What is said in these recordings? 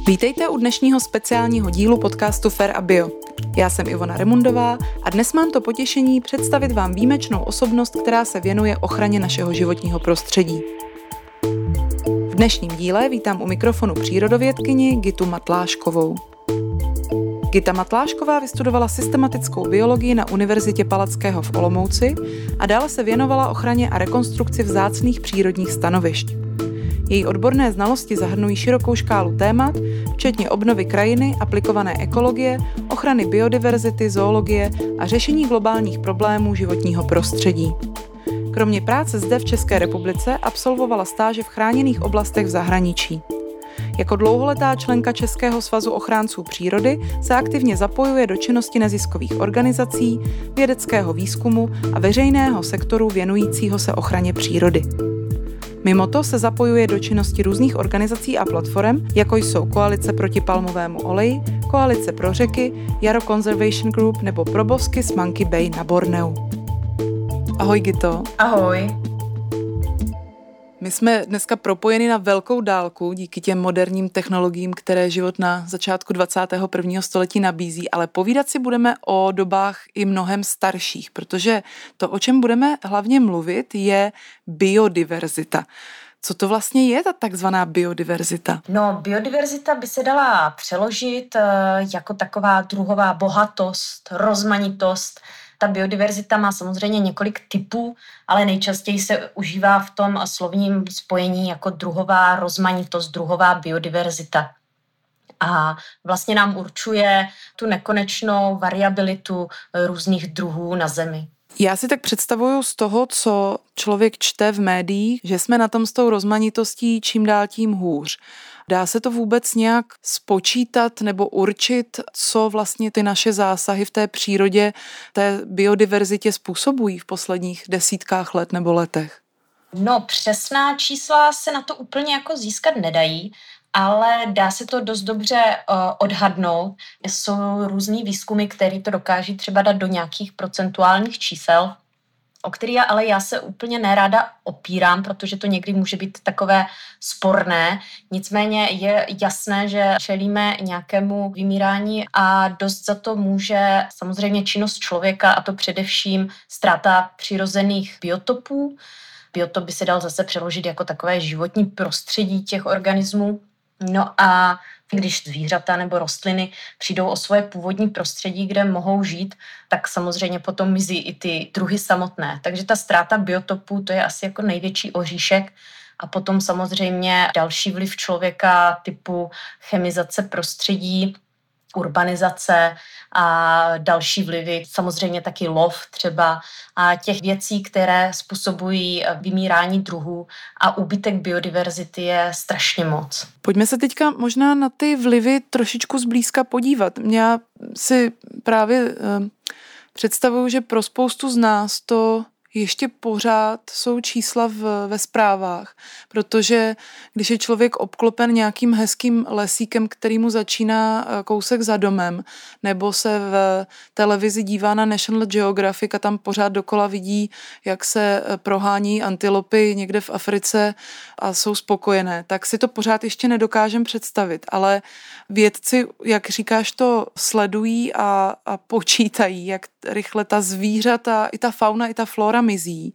Vítejte u dnešního speciálního dílu podcastu Fair a Bio. Já jsem Ivona Remundová a dnes mám to potěšení představit vám výjimečnou osobnost, která se věnuje ochraně našeho životního prostředí. V dnešním díle vítám u mikrofonu přírodovědkyni Gitu Matláškovou. Gita Matlášková vystudovala systematickou biologii na Univerzitě Palackého v Olomouci a dále se věnovala ochraně a rekonstrukci vzácných přírodních stanovišť. Její odborné znalosti zahrnují širokou škálu témat, včetně obnovy krajiny, aplikované ekologie, ochrany biodiverzity, zoologie a řešení globálních problémů životního prostředí. Kromě práce zde v České republice absolvovala stáže v chráněných oblastech v zahraničí. Jako dlouholetá členka Českého svazu ochránců přírody se aktivně zapojuje do činnosti neziskových organizací, vědeckého výzkumu a veřejného sektoru věnujícího se ochraně přírody. Mimo to se zapojuje do činnosti různých organizací a platform, jako jsou Koalice proti palmovému oleji, Koalice pro řeky, Jaro Conservation Group nebo probosky z Monkey Bay na Borneu. Ahoj Gito. Ahoj. My jsme dneska propojeni na velkou dálku díky těm moderním technologiím, které život na začátku 21. století nabízí, ale povídat si budeme o dobách i mnohem starších, protože to, o čem budeme hlavně mluvit, je biodiverzita. Co to vlastně je ta takzvaná biodiverzita? No, biodiverzita by se dala přeložit jako taková druhová bohatost, rozmanitost. Ta biodiverzita má samozřejmě několik typů, ale nejčastěji se užívá v tom slovním spojení jako druhová rozmanitost, druhová biodiverzita. A vlastně nám určuje tu nekonečnou variabilitu různých druhů na Zemi. Já si tak představuju z toho, co člověk čte v médiích, že jsme na tom s tou rozmanitostí čím dál tím hůř. Dá se to vůbec nějak spočítat nebo určit, co vlastně ty naše zásahy v té přírodě, té biodiverzitě způsobují v posledních desítkách let nebo letech? No, přesná čísla se na to úplně jako získat nedají, ale dá se to dost dobře odhadnout. Jsou různý výzkumy, které to dokáží třeba dát do nějakých procentuálních čísel, o který já se úplně neráda opírám, protože to někdy může být takové sporné. Nicméně je jasné, že čelíme nějakému vymírání a dost za to může samozřejmě činnost člověka, a to především ztráta přirozených biotopů. Biotop by se dal zase přeložit jako takové životní prostředí těch organismů. No a když zvířata nebo rostliny přijdou o svoje původní prostředí, kde mohou žít, tak samozřejmě potom mizí i ty druhy samotné. Takže ta ztráta biotopů, to je asi jako největší oříšek. A potom samozřejmě další vliv člověka typu chemizace prostředí, urbanizace a další vlivy, samozřejmě taky lov třeba a těch věcí, které způsobují vymírání druhů a úbytek biodiverzity je strašně moc. Pojďme se teďka možná na ty vlivy trošičku zblízka podívat. Já si právě představuju, že pro spoustu z nás to ještě pořád jsou čísla ve zprávách, protože když je člověk obklopen nějakým hezkým lesíkem, který mu začíná kousek za domem, nebo se v televizi dívá na National Geographic a tam pořád dokola vidí, jak se prohání antilopy někde v Africe a jsou spokojené, tak si to pořád ještě nedokážem představit, ale vědci, jak říkáš, to sledují a počítají, jak rychle ta zvířata, i ta fauna, i ta flora mizí.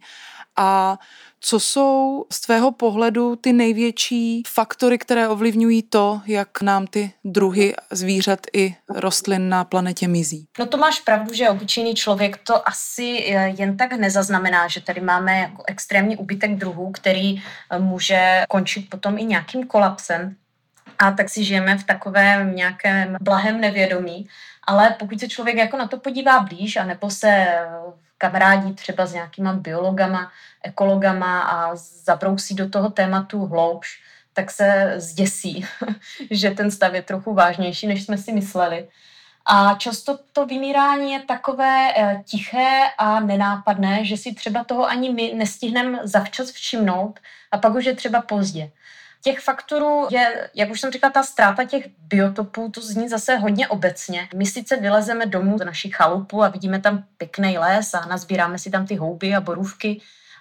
A co jsou z tvého pohledu ty největší faktory, které ovlivňují to, jak nám ty druhy zvířat i rostlin na planetě mizí? No to máš pravdu, že obyčejný člověk to asi jen tak nezaznamená, že tady máme jako extrémní úbytek druhů, který může končit potom i nějakým kolapsem. A tak si žijeme v takovém nějakém blahém nevědomí. Ale pokud se člověk jako na to podívá blíž, anebo se kamarádí třeba s nějakýma biologama, ekologama a zabrousí do toho tématu hloubš, tak se zděsí, že ten stav je trochu vážnější, než jsme si mysleli. A často to vymírání je takové tiché a nenápadné, že si třeba toho ani my nestihneme zavčas všimnout a pak už je třeba pozdě. Těch faktorů je, jak už jsem říkala, ta ztráta těch biotopů, to zní zase hodně obecně. My sice vylezeme domů z našich chalupů a vidíme tam pěkný les a nazbíráme si tam ty houby a borůvky,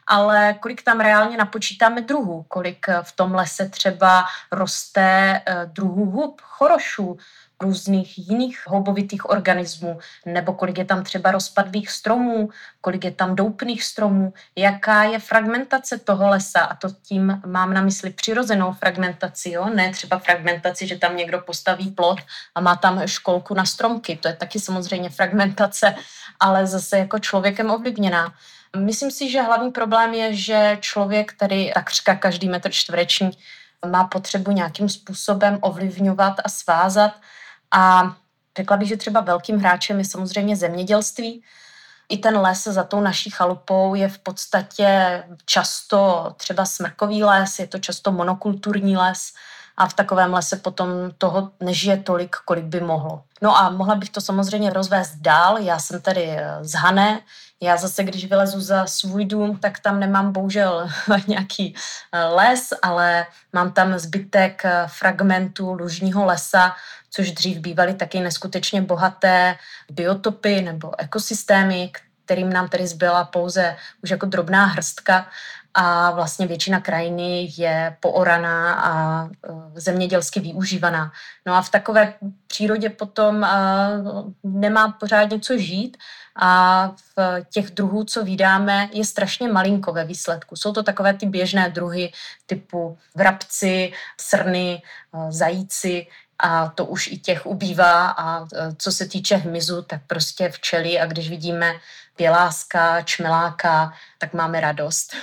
ale kolik tam reálně napočítáme druhů, kolik v tom lese třeba roste druhů hub, chorošů, různých jiných houbovitých organismů, nebo kolik je tam třeba rozpadlých stromů, kolik je tam doupných stromů, jaká je fragmentace toho lesa, a to tím mám na mysli přirozenou fragmentaci, jo? Ne třeba fragmentaci, že tam někdo postaví plot a má tam školku na stromky, to je taky samozřejmě fragmentace, ale zase jako člověkem ovlivněná. Myslím si, že hlavní problém je, že člověk, tady takřka každý metr čtvereční, má potřebu nějakým způsobem ovlivňovat a svázat. A řekla bych, že třeba velkým hráčem je samozřejmě zemědělství. I ten les za tou naší chalupou je v podstatě často třeba smrkový les, je to často monokulturní les a v takovém lese potom toho nežije tolik, kolik by mohlo. No a mohla bych to samozřejmě rozvést dál. Já jsem tady z Hané. Já zase, když vylezu za svůj dům, tak tam nemám bohužel nějaký les, ale mám tam zbytek fragmentů lužního lesa, což dřív bývaly taky neskutečně bohaté biotopy nebo ekosystémy, kterým nám tedy zbyla pouze už jako drobná hrstka a vlastně většina krajiny je pooraná a zemědělsky využívaná. No a v takové přírodě potom nemá pořádně co žít a v těch druhů, co vídáme, je strašně malinko ve výsledku. Jsou to takové ty běžné druhy typu vrabci, srny, zajíci, a to už i těch ubývá a co se týče hmyzu, tak prostě včely a když vidíme běláska, čmeláka, tak máme radost.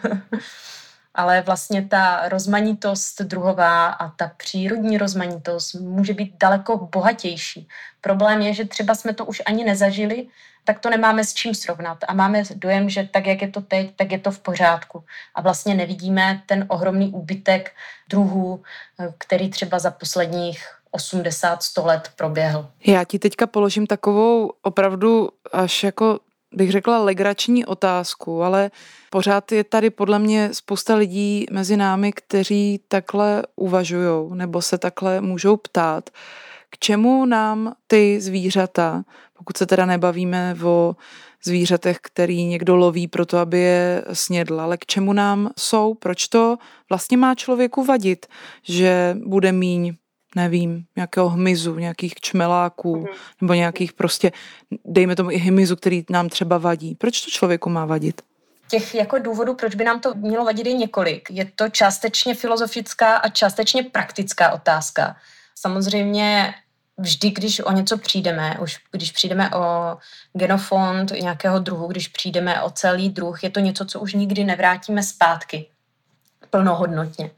Ale vlastně ta rozmanitost druhová a ta přírodní rozmanitost může být daleko bohatější. Problém je, že třeba jsme to už ani nezažili, tak to nemáme s čím srovnat a máme dojem, že tak, jak je to teď, tak je to v pořádku. A vlastně nevidíme ten ohromný úbytek druhů, který třeba za posledních 80-100 let proběhl. Já ti teďka položím takovou opravdu až jako bych řekla legrační otázku, ale pořád je tady podle mě spousta lidí mezi námi, kteří takhle uvažujou nebo se takhle můžou ptát, k čemu nám ty zvířata, pokud se teda nebavíme o zvířatech, který někdo loví proto, aby je snědl, ale k čemu nám jsou, proč to vlastně má člověku vadit, že bude míň, nevím, nějakého hmyzu, nějakých čmeláků, nebo nějakých prostě, dejme tomu i hmyzu, který nám třeba vadí. Proč to člověku má vadit? Těch jako důvodů, proč by nám to mělo vadit, je několik. Je to částečně filozofická a částečně praktická otázka. Samozřejmě vždy, když o něco přijdeme, už když přijdeme o genofond nějakého druhu, když přijdeme o celý druh, je to něco, co už nikdy nevrátíme zpátky plnohodnotně.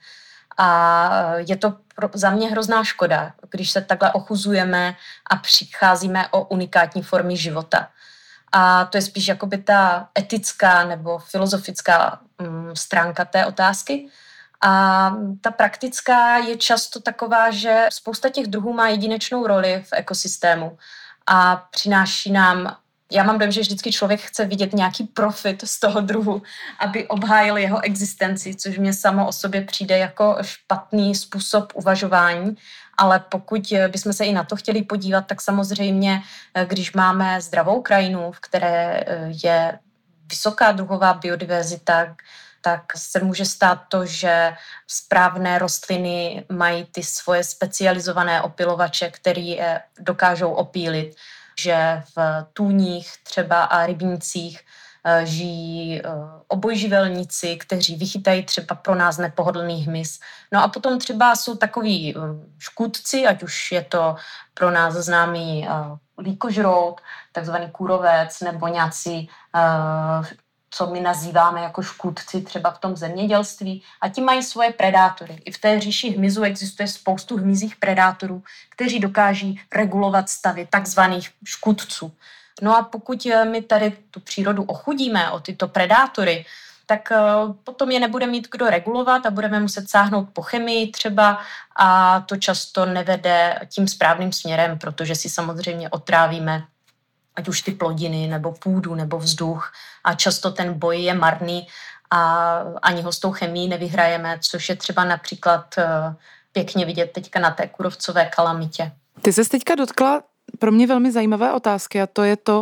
A je to za mě hrozná škoda, když se takhle ochuzujeme a přicházíme o unikátní formy života. A to je spíš jakoby ta etická nebo filozofická stránka té otázky. A ta praktická je často taková, že spousta těch druhů má jedinečnou roli v ekosystému a přináší nám, já mám dojem, že vždycky člověk chce vidět nějaký profit z toho druhu, aby obhájil jeho existenci, což mě samo o sobě přijde jako špatný způsob uvažování, ale pokud bychom se i na to chtěli podívat, tak samozřejmě, když máme zdravou krajinu, v které je vysoká druhová biodiverzita, tak se může stát to, že správné rostliny mají ty svoje specializované opylovače, které je dokážou opílit, že v tůních třeba a rybnících žijí obojživelníci, kteří vychytají třeba pro nás nepohodlný hmyz. No a potom třeba jsou takový škůdci, ať už je to pro nás známý líkožrout, takzvaný kůrovec, nebo nějací co my nazýváme jako škůdci třeba v tom zemědělství a ti mají svoje predátory. I v té říši hmyzu existuje spoustu hmyzích predátorů, kteří dokáží regulovat stavy takzvaných škůdců. No a pokud my tady tu přírodu ochudíme o tyto predátory, tak potom je nebude mít kdo regulovat a budeme muset sáhnout po chemii třeba a to často nevede tím správným směrem, protože si samozřejmě otrávíme ať už ty plodiny, nebo půdu, nebo vzduch a často ten boj je marný a ani ho s tou chemií nevyhrajeme, což je třeba například pěkně vidět teďka na té kůrovcové kalamitě. Ty ses teďka dotkla pro mě velmi zajímavé otázky a to je to,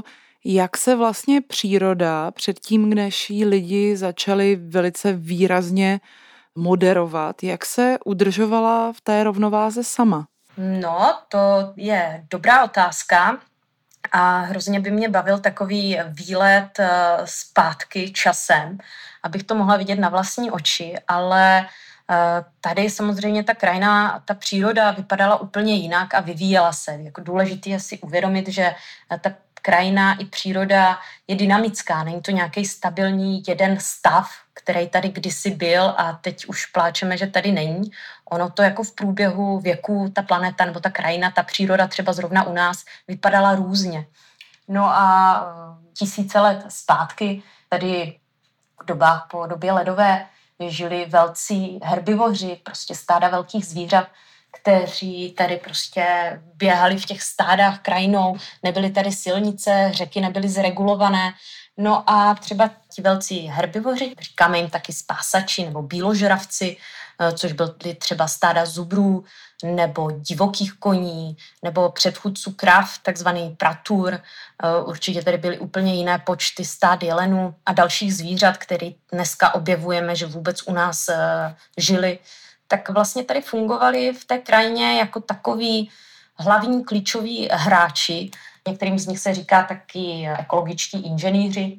Jak se vlastně příroda předtím, než ji lidi začali velice výrazně moderovat, jak se udržovala v té rovnováze sama? No, to je dobrá otázka a hrozně by mě bavil takový výlet zpátky časem, abych to mohla vidět na vlastní oči, ale tady samozřejmě ta krajina, ta příroda vypadala úplně jinak a vyvíjela se. Jako důležité je si uvědomit, že ta krajina i příroda je dynamická, není to nějaký stabilní jeden stav, který tady kdysi byl a teď už pláčeme, že tady není. Ono to jako v průběhu věku, ta planeta nebo ta krajina, ta příroda třeba zrovna u nás vypadala různě. No a tisíce let zpátky tady po době ledové žili velcí herbivoři, prostě stáda velkých zvířat, kteří tady prostě běhali v těch stádách krajinou, nebyly tady silnice, řeky nebyly zregulované. No a třeba ti velcí herbivoři, říkáme jim taky spásači nebo bíložravci, což byly třeba stáda zubrů nebo divokých koní nebo předchůdců krav, takzvaný pratur. Určitě tady byly úplně jiné počty stád jelenů a dalších zvířat, které dneska objevujeme, že vůbec u nás žili. Tak vlastně tady fungovali v té krajině jako takový hlavní klíčoví hráči. Některým z nich se říká taky ekologičtí inženýři,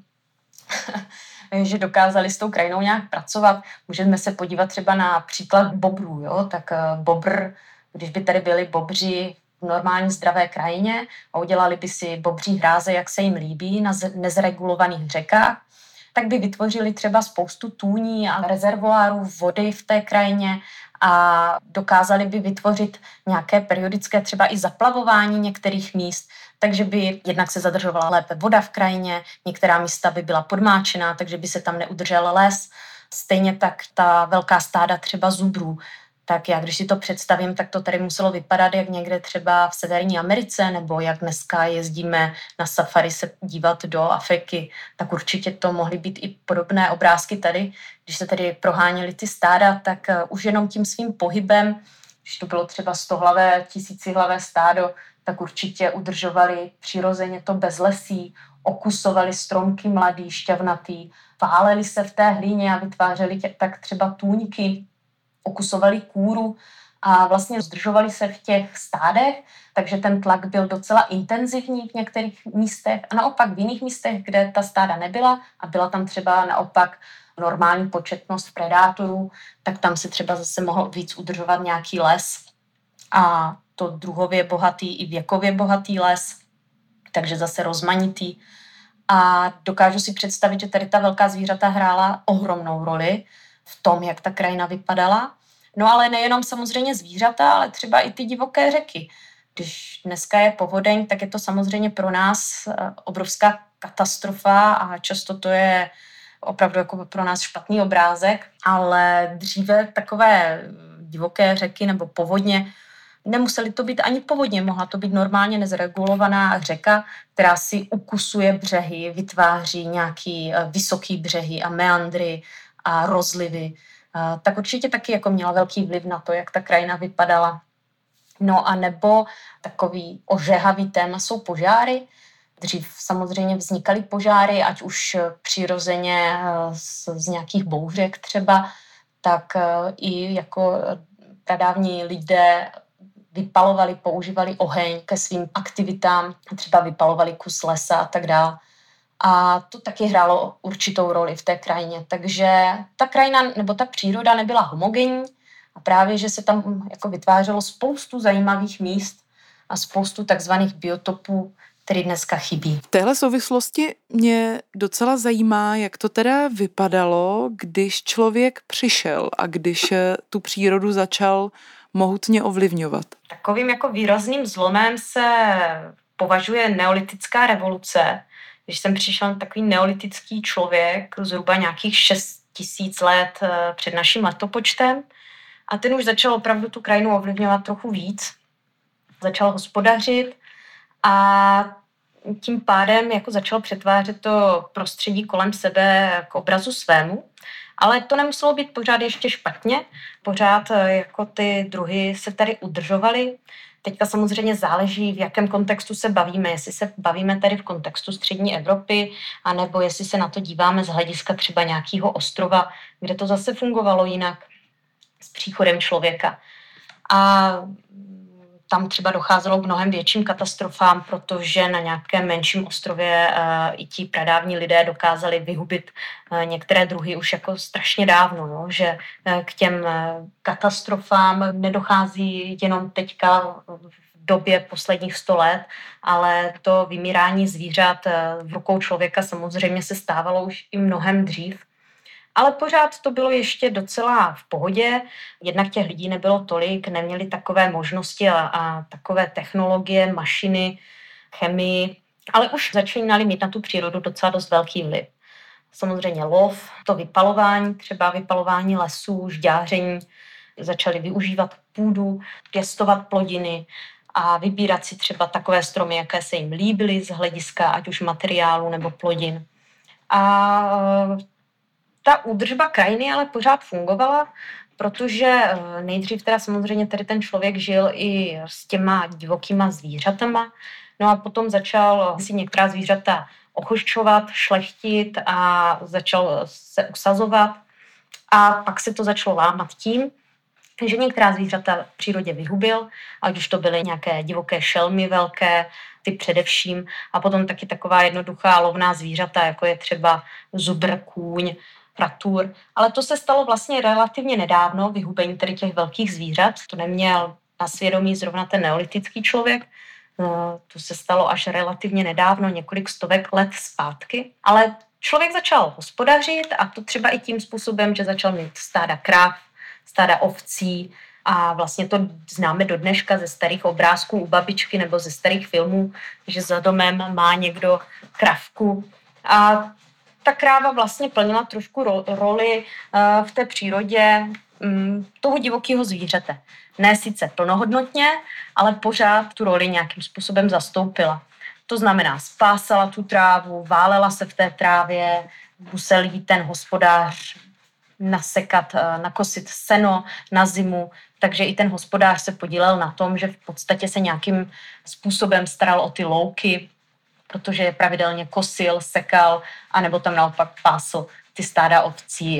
že dokázali s tou krajinou nějak pracovat. Můžeme se podívat třeba na příklad bobrů. Jo? Tak bobr, když by tady byli bobři v normální zdravé krajině a udělali by si bobří hráze, jak se jim líbí, na nezregulovaných řekách, tak by vytvořili třeba spoustu tůní a rezervoárů vody v té krajině a dokázali by vytvořit nějaké periodické třeba i zaplavování některých míst, takže by jednak se zadržovala lépe voda v krajině, některá místa by byla podmáčená, takže by se tam neudržel les. Stejně tak ta velká stáda třeba zubrů. Tak já, když si to představím, tak to tady muselo vypadat jak někde třeba v Severní Americe, nebo jak dneska jezdíme na safari se dívat do Afriky, tak určitě to mohly být i podobné obrázky tady. Když se tady proháněly ty stáda, tak už jenom tím svým pohybem, když to bylo třeba 100hlavé, 1000hlavé stádo, tak určitě udržovali přirozeně to bezlesí, okusovali stromky mladý, šťavnatý, váleli se v té hlíně a vytvářeli tak třeba tůňky, okusovali kůru a vlastně zdržovali se v těch stádech, takže ten tlak byl docela intenzivní v některých místech a naopak v jiných místech, kde ta stáda nebyla a byla tam třeba naopak normální početnost predátorů, tak tam se třeba zase mohl víc udržovat nějaký les a to druhově bohatý i věkově bohatý les, takže zase rozmanitý. A dokážu si představit, že tady ta velká zvířata hrála ohromnou roli v tom, jak ta krajina vypadala. No ale nejenom samozřejmě zvířata, ale třeba i ty divoké řeky. Když dneska je povodeň, tak je to samozřejmě pro nás obrovská katastrofa a často to je opravdu jako pro nás špatný obrázek, ale dříve takové divoké řeky nebo povodně nemusely to být ani povodně, mohla to být normálně nezregulovaná řeka, která si ukusuje břehy, vytváří nějaký vysoký břehy a meandry a rozlivy. Tak určitě taky jako měla velký vliv na to, jak ta krajina vypadala. No a nebo takový ožehavý téma jsou požáry. Dřív samozřejmě vznikaly požáry, ať už přirozeně z nějakých bouřek třeba, tak i jako pradávní lidé vypalovali, používali oheň ke svým aktivitám, třeba vypalovali kus lesa a tak dále. A to taky hrálo určitou roli v té krajině. Takže ta krajina nebo ta příroda nebyla homogenní a právě, že se tam jako vytvářelo spoustu zajímavých míst a spoustu takzvaných biotopů, který dneska chybí. V téhle souvislosti mě docela zajímá, jak to teda vypadalo, když člověk přišel a když tu přírodu začal mohutně ovlivňovat. Takovým jako výrazným zlomem se považuje neolitická revoluce. Když jsem přišel takový neolitický člověk, zhruba nějakých 6000 let před naším letopočtem, a ten už začal opravdu tu krajinu ovlivňovat trochu víc. Začal hospodařit a tím pádem jako začal přetvářet to prostředí kolem sebe k obrazu svému. Ale to nemuselo být pořád ještě špatně. Pořád jako ty druhy se tady udržovaly. Teďka samozřejmě záleží, v jakém kontextu se bavíme. Jestli se bavíme tady v kontextu střední Evropy, anebo jestli se na to díváme z hlediska třeba nějakého ostrova, kde to zase fungovalo jinak s příchodem člověka. A tam třeba docházelo k mnohem větším katastrofám, protože na nějakém menším ostrově i ti pradávní lidé dokázali vyhubit některé druhy už jako strašně dávno, no? Že k těm katastrofám nedochází jenom teďka v době posledních 100 let, ale to vymírání zvířat v rukou člověka samozřejmě se stávalo už i mnohem dřív. Ale pořád to bylo ještě docela v pohodě. Jednak těch lidí nebylo tolik, neměli takové možnosti a takové technologie, mašiny, chemii, ale už začínali mít na tu přírodu docela dost velký vliv. Samozřejmě lov, to vypalování, třeba vypalování lesů, žďáření, začali využívat půdu, pěstovat plodiny a vybírat si třeba takové stromy, jaké se jim líbily z hlediska ať už materiálu nebo plodin. A ta údržba krajiny ale pořád fungovala, protože nejdřív teda samozřejmě tady ten člověk žil i s těma divokýma zvířatama, no a potom začal si některá zvířata ochošťovat, šlechtit a začal se usazovat a pak se to začalo lámat tím, že některá zvířata v přírodě vyhubil, ať už to byly nějaké divoké šelmy velké, ty především, a potom taky taková jednoduchá lovná zvířata, jako je třeba zubr, kůň, pratur. Ale to se stalo vlastně relativně nedávno, vyhubení tedy těch velkých zvířat. To neměl na svědomí zrovna ten neolitický člověk. To se stalo až relativně nedávno, několik stovek let zpátky. Ale člověk začal hospodařit a to třeba i tím způsobem, že začal mít stáda kráv, stáda ovcí a vlastně to známe do dneška ze starých obrázků u babičky nebo ze starých filmů, že za domem má někdo kravku a ta kráva vlastně plnila trošku roli v té přírodě toho divokého zvířete. Ne sice plnohodnotně, ale pořád tu roli nějakým způsobem zastoupila. To znamená, spásala tu trávu, válela se v té trávě, musel jít ten hospodář nasekat, nakosit seno na zimu, takže i ten hospodář se podílel na tom, že v podstatě se nějakým způsobem staral o ty louky, protože je pravidelně kosil, sekal, anebo tam naopak pásl ty stáda ovcí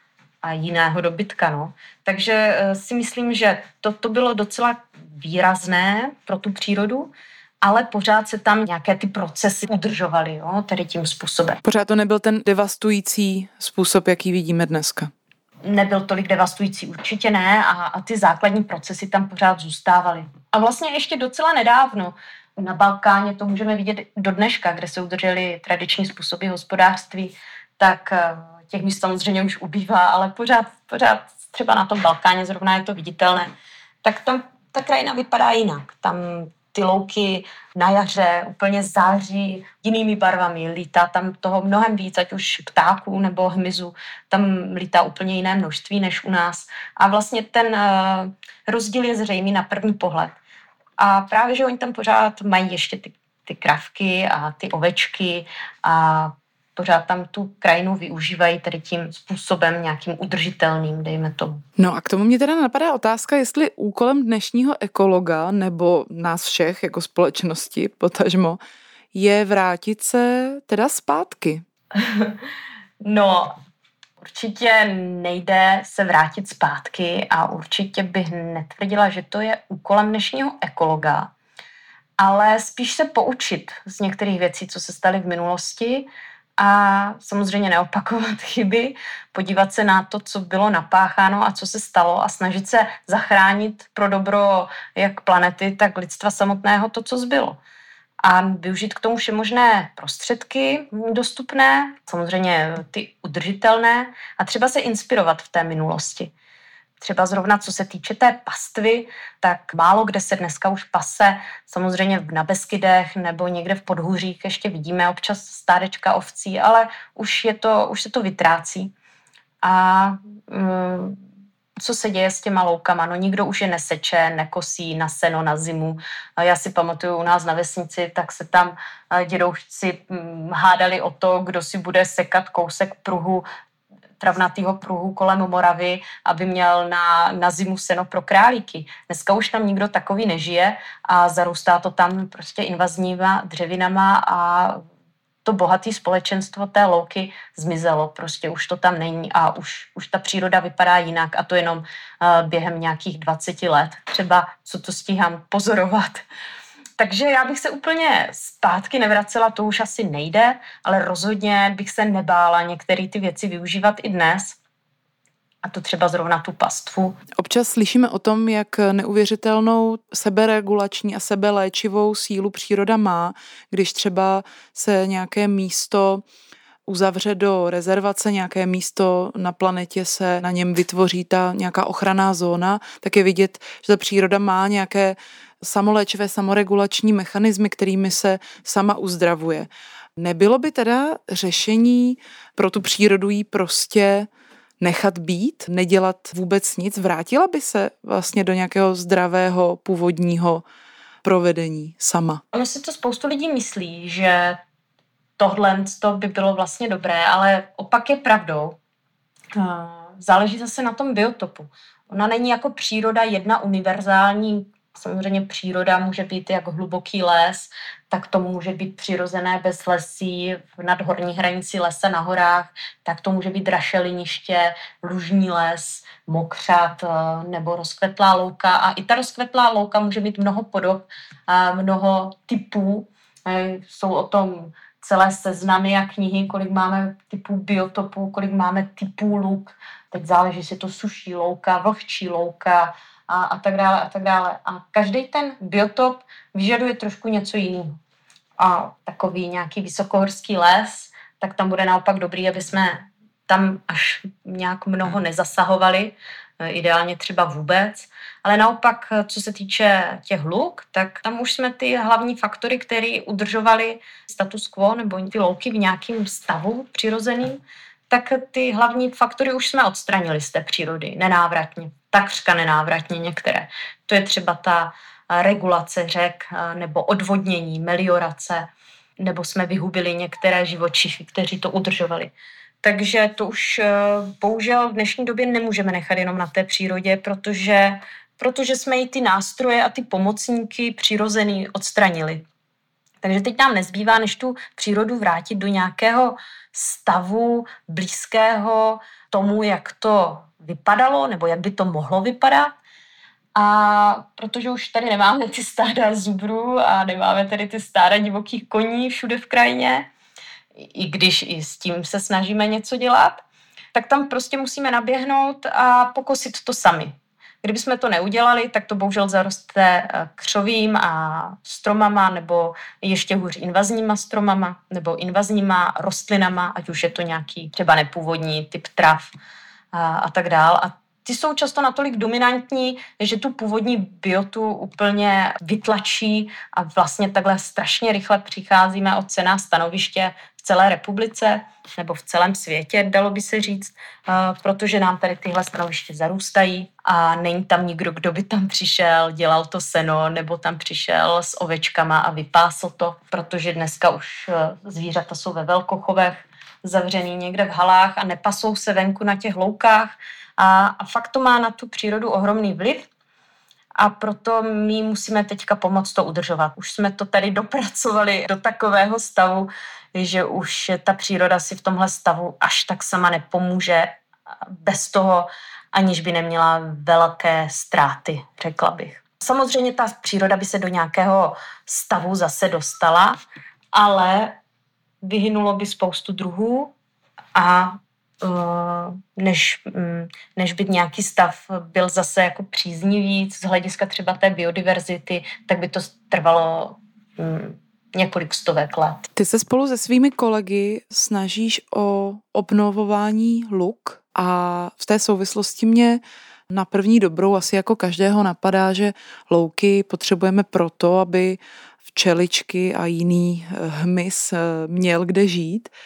a jiného dobytka. No. Takže si myslím, že to bylo docela výrazné pro tu přírodu, ale pořád se tam nějaké ty procesy udržovaly, jo, tedy tím způsobem. Pořád to nebyl ten devastující způsob, jaký vidíme dneska. Nebyl tolik devastující, určitě ne, a ty základní procesy tam pořád zůstávaly. A vlastně ještě docela nedávno na Balkáně to můžeme vidět do dneška, kde se udržely tradiční způsoby hospodářství, tak těch míst samozřejmě už ubývá, ale pořád třeba na tom Balkáně zrovna je to viditelné. Tak tam ta krajina vypadá jinak. Tam ty louky na jaře úplně září jinými barvami, lítá tam toho mnohem víc, ať už ptáků nebo hmyzu, tam lítá úplně jiné množství než u nás. A vlastně ten rozdíl je zřejmý na první pohled. A právě, že oni tam pořád mají ještě ty kravky a ty ovečky a pořád tam tu krajinu využívají tedy tím způsobem nějakým udržitelným, dejme tomu. No a k tomu mě teda napadá otázka, jestli úkolem dnešního ekologa nebo nás všech jako společnosti, potažmo, je vrátit se teda zpátky. No, určitě nejde se vrátit zpátky a určitě bych netvrdila, že to je úkolem dnešního ekologa, ale spíš se poučit z některých věcí, co se staly v minulosti a samozřejmě neopakovat chyby, podívat se na to, co bylo napácháno a co se stalo a snažit se zachránit pro dobro jak planety, tak lidstva samotného to, co zbylo. A využít k tomu všemožné prostředky dostupné, samozřejmě ty udržitelné a třeba se inspirovat v té minulosti. Třeba zrovna co se týče té pastvy, tak málo kde se dneska už pase, samozřejmě na Beskydech nebo někde v podhůřích ještě vidíme občas stádečka ovcí, ale už se to vytrácí. A co se děje s těma loukama? No nikdo už je neseče, nekosí na seno, na zimu. Já si pamatuju u nás na vesnici, tak se tam dědoušci hádali o to, kdo si bude sekat kousek pruhu travnatého pruhu kolem Moravy, aby měl na zimu seno pro králíky. Dneska už tam nikdo takový nežije a zarůstá to tam prostě invazníma dřevinama a to bohaté společenstvo té louky zmizelo. Prostě už to tam není a už ta příroda vypadá jinak a to jenom během nějakých 20 let. Třeba co to stíhám pozorovat. Takže já bych se úplně zpátky nevracela, to už asi nejde, ale rozhodně bych se nebála některé ty věci využívat i dnes. A to třeba zrovna tu pastvu. Občas slyšíme o tom, jak neuvěřitelnou seberegulační a sebeléčivou sílu příroda má, když třeba se nějaké místo uzavře do rezervace, nějaké místo na planetě se na něm vytvoří ta nějaká ochranná zóna, tak je vidět, že ta příroda má nějaké samoléčivé, samoregulační mechanismy, kterými se sama uzdravuje. Nebylo by teda řešení pro tu přírodu jí prostě nechat být, nedělat vůbec nic? Vrátila by se vlastně do nějakého zdravého původního provedení sama? Ono si to spoustu lidí myslí, že tohle by bylo vlastně dobré, ale opak je pravdou. Záleží zase na tom biotopu. Ona není jako příroda jedna univerzální. Samozřejmě příroda může být jak hluboký les, tak to může být přirozené bezlesí nad horní hranicí lesa na horách, tak to může být rašeliniště, lužní les, mokřad nebo rozkvetlá louka. A i ta rozkvetlá louka může mít mnoho podob, mnoho typů. Jsou o tom celé seznamy a knihy, kolik máme typů biotopů, kolik máme typů luk. Teď záleží, jestli je to suší louka, vlhčí louka, a tak dále, a tak dále. A každý ten biotop vyžaduje trošku něco jiného. A takový nějaký vysokohorský les, tak tam bude naopak dobrý, aby jsme tam až nějak mnoho nezasahovali, ideálně třeba vůbec. Ale naopak, co se týče těch luk, tak tam už jsme ty hlavní faktory, které udržovaly status quo nebo ty louky v nějakém stavu přirozeným, tak ty hlavní faktory už jsme odstranili z té přírody nenávratně. Takřka nenávratně některé. To je třeba ta regulace řek nebo odvodnění, meliorace, nebo jsme vyhubili některé živočichy, kteří to udržovali. Takže to už bohužel v dnešní době nemůžeme nechat jenom na té přírodě, protože jsme i ty nástroje a ty pomocníky přirozený odstranili. Takže teď nám nezbývá, než tu přírodu vrátit do nějakého stavu blízkého tomu, jak to vypadalo, nebo jak by to mohlo vypadat. A protože už tady nemáme ty stáda zubrů a nemáme tady ty stáda divokých koní všude v krajině, i když i s tím se snažíme něco dělat, tak tam prostě musíme naběhnout a pokosit to sami. Kdybychom to neudělali, tak to bohužel zaroste křovím a stromama, nebo ještě hůř invazníma stromama, nebo invazníma rostlinama, ať už je to nějaký třeba nepůvodní typ trav a tak dál. A ty jsou často natolik dominantní, že tu původní biotu úplně vytlačí a vlastně takhle strašně rychle přicházíme o cenná stanoviště v celé republice nebo v celém světě, dalo by se říct, protože nám tady tyhle stanoviště zarůstají a není tam nikdo, kdo by tam přišel, dělal to seno nebo tam přišel s ovečkama a vypásl to, protože dneska už zvířata jsou ve velkochovech, zavřený někde v halách a nepasou se venku na těch loukách a fakt to má na tu přírodu ohromný vliv a proto my musíme teďka pomoct to udržovat. Už jsme to tady dopracovali do takového stavu, že už ta příroda si v tomhle stavu až tak sama nepomůže bez toho, aniž by neměla velké ztráty, řekla bych. Samozřejmě ta příroda by se do nějakého stavu zase dostala, ale vyhynulo by spoustu druhů a než by nějaký stav byl zase jako příznivý z hlediska třeba té biodiverzity, tak by to trvalo několik stovek let. Ty se spolu se svými kolegy snažíš o obnovování luk a v té souvislosti mě na první dobrou asi jako každého napadá, že louky potřebujeme proto, aby včeličky a jiný hmyz měl kde žít.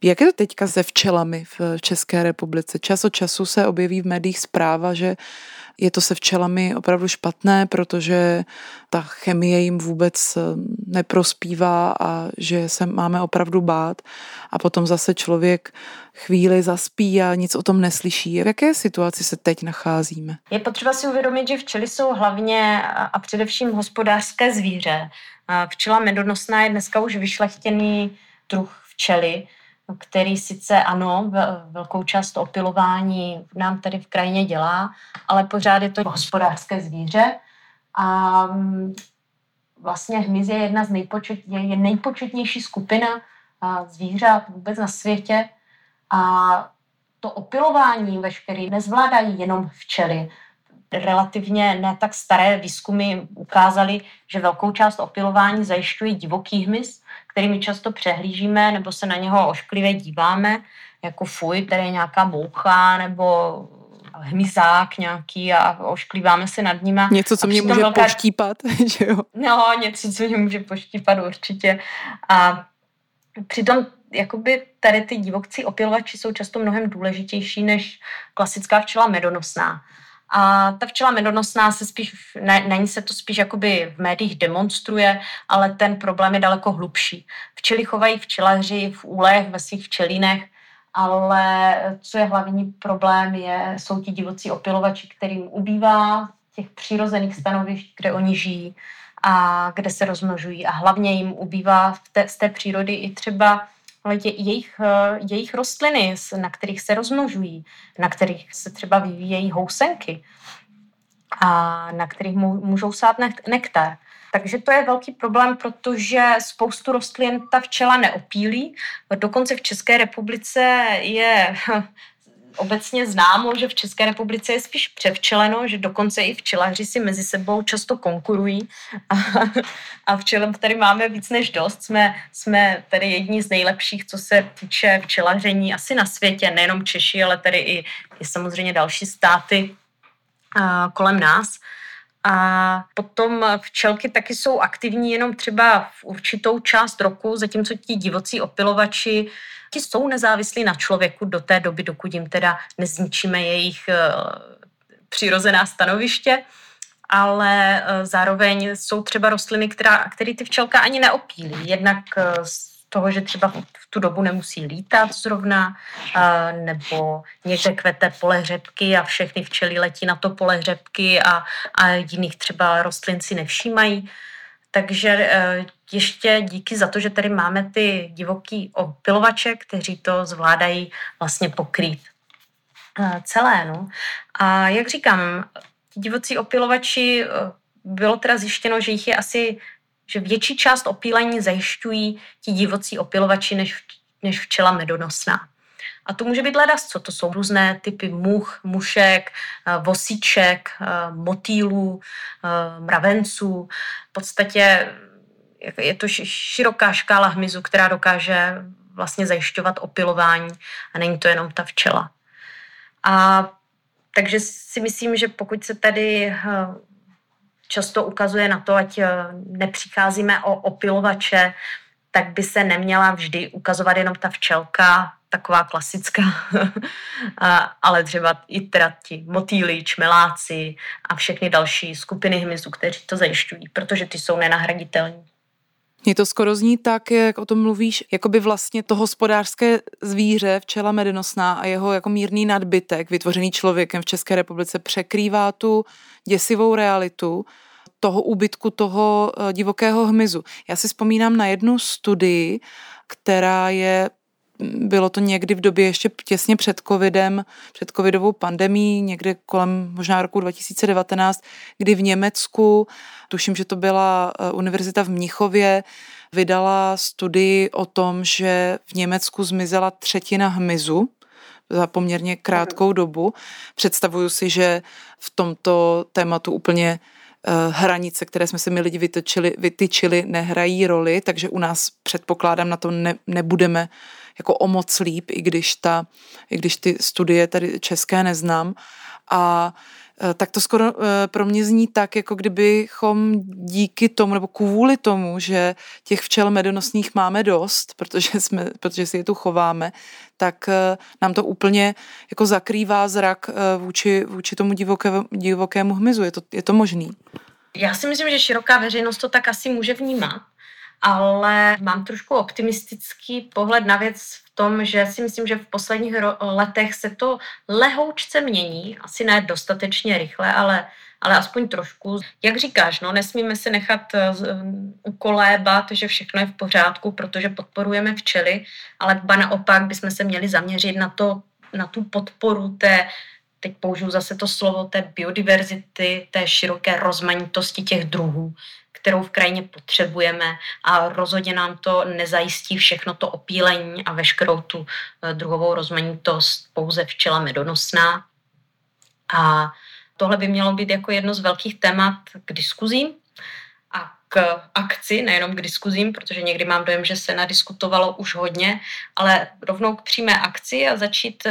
Jak je to teďka se včelami v České republice? Čas od času se objeví v médiích zpráva, že je to se včelami opravdu špatné, protože ta chemie jim vůbec neprospívá a že se máme opravdu bát. A potom zase člověk chvíli zaspí a nic o tom neslyší. V jaké situaci se teď nacházíme? Je potřeba si uvědomit, že včely jsou hlavně a především hospodářské zvíře. Včela medonosná je dneska už vyšlechtěný druh včely, který sice ano, velkou část opilování nám tady v krajině dělá, ale pořád je to hospodářské zvíře. A vlastně hmyz je jedna z nejpočetnější skupina zvířat vůbec na světě. A to opilování veškerý nezvládají jenom včely. Relativně ne tak staré výzkumy ukázaly, že velkou část opilování zajišťuje divoký hmyz, který my často přehlížíme nebo se na něho ošklivě díváme, jako fuj, tady je nějaká moucha nebo hmyzák nějaký a ošklíváme se nad nima. Něco, co mě může poštípat, že jo? No, něco, co mě může poštípat určitě. A přitom jakoby tady ty divokcí opilovači jsou často mnohem důležitější než klasická včela medonosná. A ta včela medonosná se spíš, na ní se to spíš jakoby v médiích demonstruje, ale ten problém je daleko hlubší. Včely chovají včelaři v úlech, ve svých včelínech, ale co je hlavní problém, jsou ti divocí opilovači, kterým ubývá těch přirozených stanovišť, kde oni žijí a kde se rozmnožují. A hlavně jim ubývá z té přírody i třeba jejich rostliny, na kterých se rozmnožují, na kterých se třeba vyvíjejí housenky a na kterých můžou sát nektar. Takže to je velký problém, protože spoustu rostlin ta včela neopílí. Dokonce v České republice je obecně známo, že v České republice je spíš převčeleno, že dokonce i včelaři si mezi sebou často konkurují a včel tady máme víc než dost. Jsme tady jedni z nejlepších, co se týče včelaření asi na světě, nejenom Češi, ale tady i samozřejmě další státy kolem nás. A potom včelky taky jsou aktivní jenom třeba v určitou část roku, zatímco ti divocí opilovači ti jsou nezávislí na člověku do té doby, dokud jim teda nezničíme jejich přirozená stanoviště, ale zároveň jsou třeba rostliny, které ty včelka ani neopílí. Jednak z toho, že třeba v tu dobu nemusí lítat zrovna, nebo někde kvete pole řepky a všechny včely letí na to pole řepky a jiných třeba rostlin si nevšímají. Takže ještě díky za to, že tady máme ty divoký opilovače, kteří to zvládají vlastně pokrýt celé. No. A jak říkám, divocí opilovači bylo teda zjištěno, že jich je asi, že větší část opílení zajišťují ti divocí opilovači než včela medonosná. A to může být ledasco, to jsou různé typy much, mušek, vosíček, motýlů, mravenců. V podstatě je to široká škála hmyzu, která dokáže vlastně zajišťovat opilování a není to jenom ta včela. A takže si myslím, že pokud se tady často ukazuje na to, ať nepřicházíme o opilovače, tak by se neměla vždy ukazovat jenom ta včelka, taková klasická, ale třeba i teda ti motýli, čmeláci a všechny další skupiny hmyzu, kteří to zajišťují, protože ty jsou nenahraditelní. Mně to skoro zní tak, jak o tom mluvíš, jako by vlastně to hospodářské zvíře, včela medonosná a jeho jako mírný nadbytek, vytvořený člověkem v České republice, překrývá tu děsivou realitu toho úbytku toho divokého hmyzu. Já si vzpomínám na jednu studii, která bylo to někdy v době ještě těsně před covidem, před covidovou pandemií, někde kolem možná roku 2019, kdy v Německu, tuším, že to byla univerzita v Mnichově, vydala studii o tom, že v Německu zmizela 1/3 hmyzu za poměrně krátkou dobu. Představuju si, že v tomto tématu úplně hranice, které jsme si my lidi vytyčili, nehrají roli, takže u nás předpokládám na to nebudeme jako o moc líp, i když ty studie tady české neznám. A tak to skoro pro mě zní tak, jako kdybychom díky tomu, nebo kvůli tomu, že těch včel medonosných máme dost, protože si je tu chováme, tak nám to úplně jako zakrývá zrak vůči tomu divokému hmyzu. Je to možný? Já si myslím, že široká veřejnost to tak asi může vnímat, ale mám trošku optimistický pohled na věc v tom, že si myslím, že v posledních letech se to lehoučce mění, asi ne dostatečně rychle, ale aspoň trošku. Jak říkáš, nesmíme se nechat ukolébat, že všechno je v pořádku, protože podporujeme včely, ale ba naopak bychom se měli zaměřit na tu podporu teď použiju zase to slovo, té biodiverzity, té široké rozmanitosti těch druhů, kterou v krajině potřebujeme, a rozhodně nám to nezajistí všechno to opílení a veškerou tu druhovou rozmanitost pouze včela medonosná. A tohle by mělo být jako jedno z velkých témat k diskuzím a k akci, nejenom k diskuzím, protože někdy mám dojem, že se nadiskutovalo už hodně, ale rovnou k přímé akci a začít